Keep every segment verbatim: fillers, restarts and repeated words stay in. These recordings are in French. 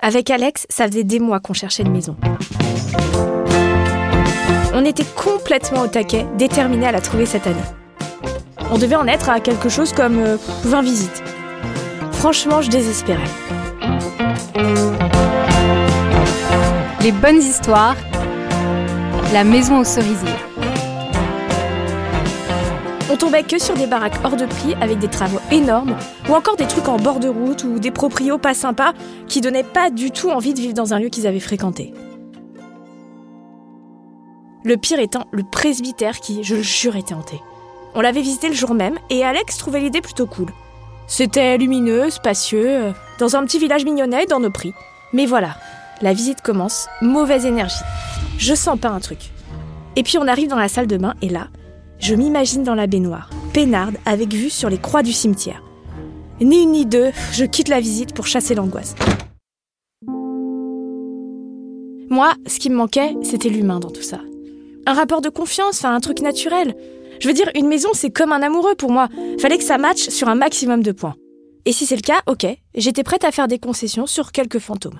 Avec Alex, ça faisait des mois qu'on cherchait une maison. On était complètement au taquet, déterminés à la trouver cette année. On devait en être à quelque chose comme euh, vingt visites. Franchement, je désespérais. Les bonnes histoires, la maison aux cerisiers. On tombait que sur des baraques hors de prix avec des travaux énormes ou encore des trucs en bord de route ou des proprios pas sympas qui donnaient pas du tout envie de vivre dans un lieu qu'ils avaient fréquenté. Le pire étant le presbytère qui, je le jure, était hanté. On l'avait visité le jour même et Alex trouvait l'idée plutôt cool. C'était lumineux, spacieux, dans un petit village mignonnet dans nos prix. Mais voilà, la visite commence, mauvaise énergie. Je sens pas un truc. Et puis on arrive dans la salle de bain et là, je m'imagine dans la baignoire, peinarde avec vue sur les croix du cimetière. Ni une ni deux, je quitte la visite pour chasser l'angoisse. Moi, ce qui me manquait, c'était l'humain dans tout ça. Un rapport de confiance, enfin un truc naturel. Je veux dire, une maison, c'est comme un amoureux pour moi. Fallait que ça matche sur un maximum de points. Et si c'est le cas, ok, j'étais prête à faire des concessions sur quelques fantômes.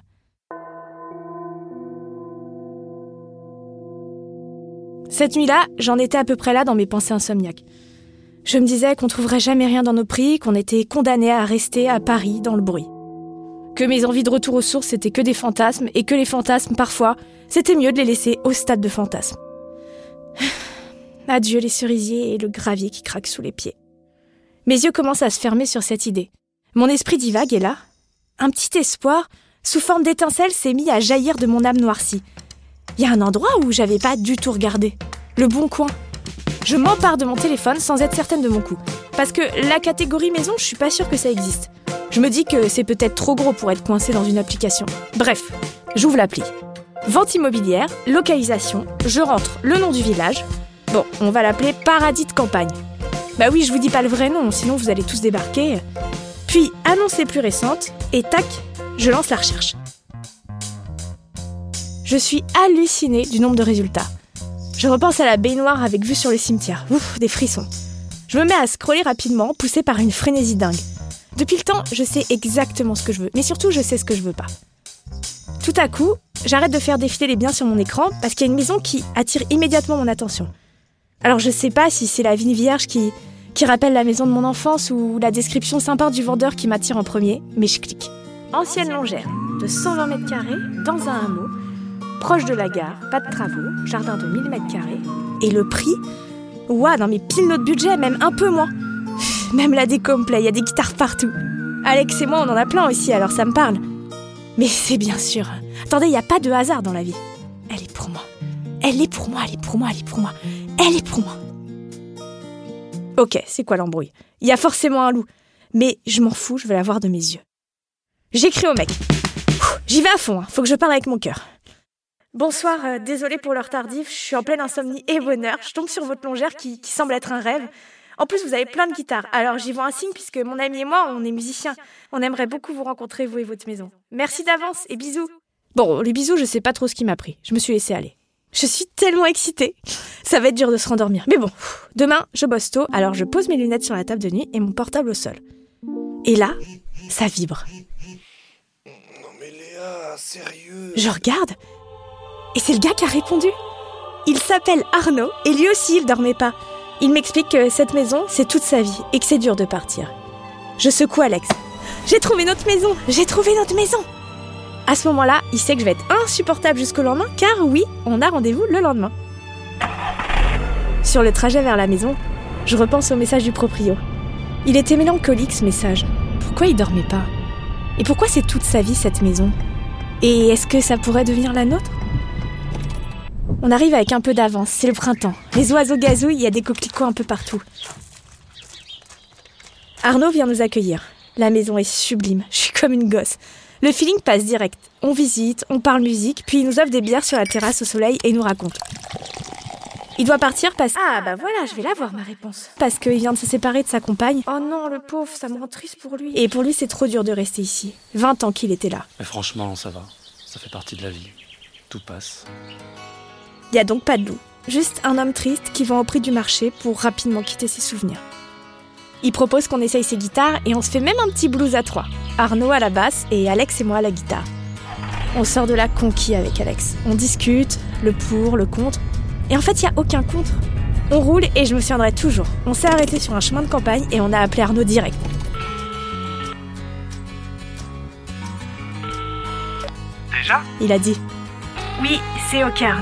Cette nuit-là, j'en étais à peu près là dans mes pensées insomniaques. Je me disais qu'on trouverait jamais rien dans nos prix, qu'on était condamnés à rester à Paris dans le bruit. Que mes envies de retour aux sources, c'était que des fantasmes, et que les fantasmes, parfois, c'était mieux de les laisser au stade de fantasmes. Adieu les cerisiers et le gravier qui craque sous les pieds. Mes yeux commencent à se fermer sur cette idée. Mon esprit divague et là, un petit espoir, sous forme d'étincelle, s'est mis à jaillir de mon âme noircie. Il y a un endroit où j'avais pas du tout regardé. Le bon coin. Je m'empare de mon téléphone sans être certaine de mon coup. Parce que la catégorie maison, je suis pas sûre que ça existe. Je me dis que c'est peut-être trop gros pour être coincé dans une application. Bref, j'ouvre l'appli. Vente immobilière, localisation, je rentre le nom du village. Bon, on va l'appeler Paradis de campagne. Bah oui, je vous dis pas le vrai nom, sinon vous allez tous débarquer. Puis, annonce les plus récentes, et tac, je lance la recherche. Je suis hallucinée du nombre de résultats. Je repense à la baignoire avec vue sur le cimetière. Ouf, des frissons. Je me mets à scroller rapidement, poussée par une frénésie dingue. Depuis le temps, je sais exactement ce que je veux, mais surtout, je sais ce que je veux pas. Tout à coup, j'arrête de faire défiler les biens sur mon écran parce qu'il y a une maison qui attire immédiatement mon attention. Alors je sais pas si c'est la vigne vierge qui, qui rappelle la maison de mon enfance ou la description sympa du vendeur qui m'attire en premier, mais je clique. Ancienne longère, de cent vingt mètres carrés, dans un hameau, proche de la gare, pas de travaux, jardin de mille mètres carrés. Et le prix ? Ouah, non mais pile notre budget, même un peu moins. Même la déco me plaît, il y a des guitares partout. Alex et moi, on en a plein aussi, alors ça me parle. Mais c'est bien sûr. Attendez, il n'y a pas de hasard dans la vie. Elle est pour moi. Elle est pour moi, elle est pour moi, elle est pour moi. Elle est pour moi. Ok, c'est quoi l'embrouille ? Il y a forcément un loup. Mais je m'en fous, je vais la voir de mes yeux. J'écris au mec. J'y vais à fond, hein. Faut que je parle avec mon cœur. Bonsoir, euh, désolée pour l'heure tardive, je suis en pleine insomnie et bonheur. Je tombe sur votre longère qui, qui semble être un rêve. En plus, vous avez plein de guitares. Alors j'y vois un signe puisque mon ami et moi, on est musiciens. On aimerait beaucoup vous rencontrer, vous et votre maison. Merci d'avance et bisous. Bon, les bisous, je sais pas trop ce qui m'a pris. Je me suis laissée aller. Je suis tellement excitée. Ça va être dur de se rendormir. Mais bon, demain, je bosse tôt, alors je pose mes lunettes sur la table de nuit et mon portable au sol. Et là, ça vibre. Non mais Léa, sérieux ? Je regarde, et c'est le gars qui a répondu. Il s'appelle Arnaud, et lui aussi, il dormait pas. Il m'explique que cette maison, c'est toute sa vie, et que c'est dur de partir. Je secoue Alex. J'ai trouvé notre maison, j'ai trouvé notre maison. À ce moment-là, il sait que je vais être insupportable jusqu'au lendemain, car oui, on a rendez-vous le lendemain. Sur le trajet vers la maison, je repense au message du proprio. Il était mélancolique, ce message. Pourquoi il dormait pas ? Et pourquoi c'est toute sa vie, cette maison ? Et est-ce que ça pourrait devenir la nôtre ? On arrive avec un peu d'avance, c'est le printemps. Les oiseaux gazouillent, il y a des coquelicots un peu partout. Arnaud vient nous accueillir. La maison est sublime, je suis comme une gosse. Le feeling passe direct. On visite, on parle musique, puis il nous offre des bières sur la terrasse au soleil et nous raconte. Il doit partir parce... Ah bah voilà, je vais la voir ma réponse. Parce qu'il vient de se séparer de sa compagne. Oh non, le pauvre, ça me rend triste pour lui. Et pour lui, c'est trop dur de rester ici. vingt ans qu'il était là. Mais franchement, ça va. Ça fait partie de la vie. Tout passe. Il n'y a donc pas de loup. Juste un homme triste qui vend au prix du marché pour rapidement quitter ses souvenirs. Il propose qu'on essaye ses guitares et on se fait même un petit blues à trois. Arnaud à la basse et Alex et moi à la guitare. On sort de là conquis avec Alex. On discute, le pour, le contre. Et en fait, il n'y a aucun contre. On roule et je me souviendrai toujours. On s'est arrêté sur un chemin de campagne et on a appelé Arnaud direct. Déjà ? Il a dit « Oui, c'est ok Arnaud ».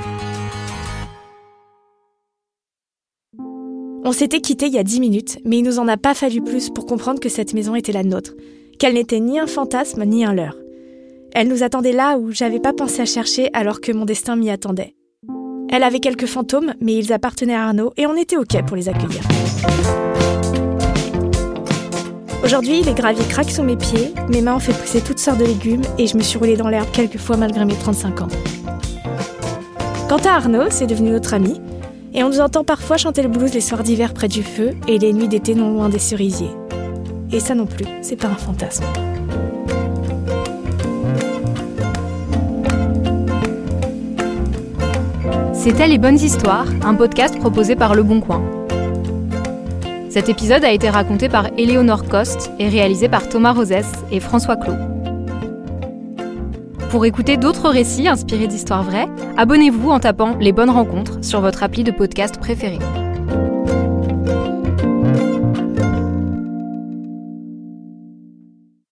On s'était quittés il y a dix minutes, mais il nous en a pas fallu plus pour comprendre que cette maison était la nôtre, qu'elle n'était ni un fantasme ni un leurre. Elle nous attendait là où j'avais pas pensé à chercher alors que mon destin m'y attendait. Elle avait quelques fantômes, mais ils appartenaient à Arnaud et on était ok pour les accueillir. Aujourd'hui, les graviers craquent sous mes pieds, mes mains ont fait pousser toutes sortes de légumes et je me suis roulée dans l'herbe quelques fois malgré mes trente-cinq ans. Quant à Arnaud, c'est devenu notre ami et on nous entend parfois chanter le blues les soirs d'hiver près du feu et les nuits d'été non loin des cerisiers. Et ça non plus, c'est pas un fantasme. C'était Les Bonnes Histoires, un podcast proposé par Le Bon Coin. Cet épisode a été raconté par Éléonore Coste et réalisé par Thomas Rosès et François Clos. Pour écouter d'autres récits inspirés d'histoires vraies, abonnez-vous en tapant Les Bonnes Rencontres sur votre appli de podcast préférée.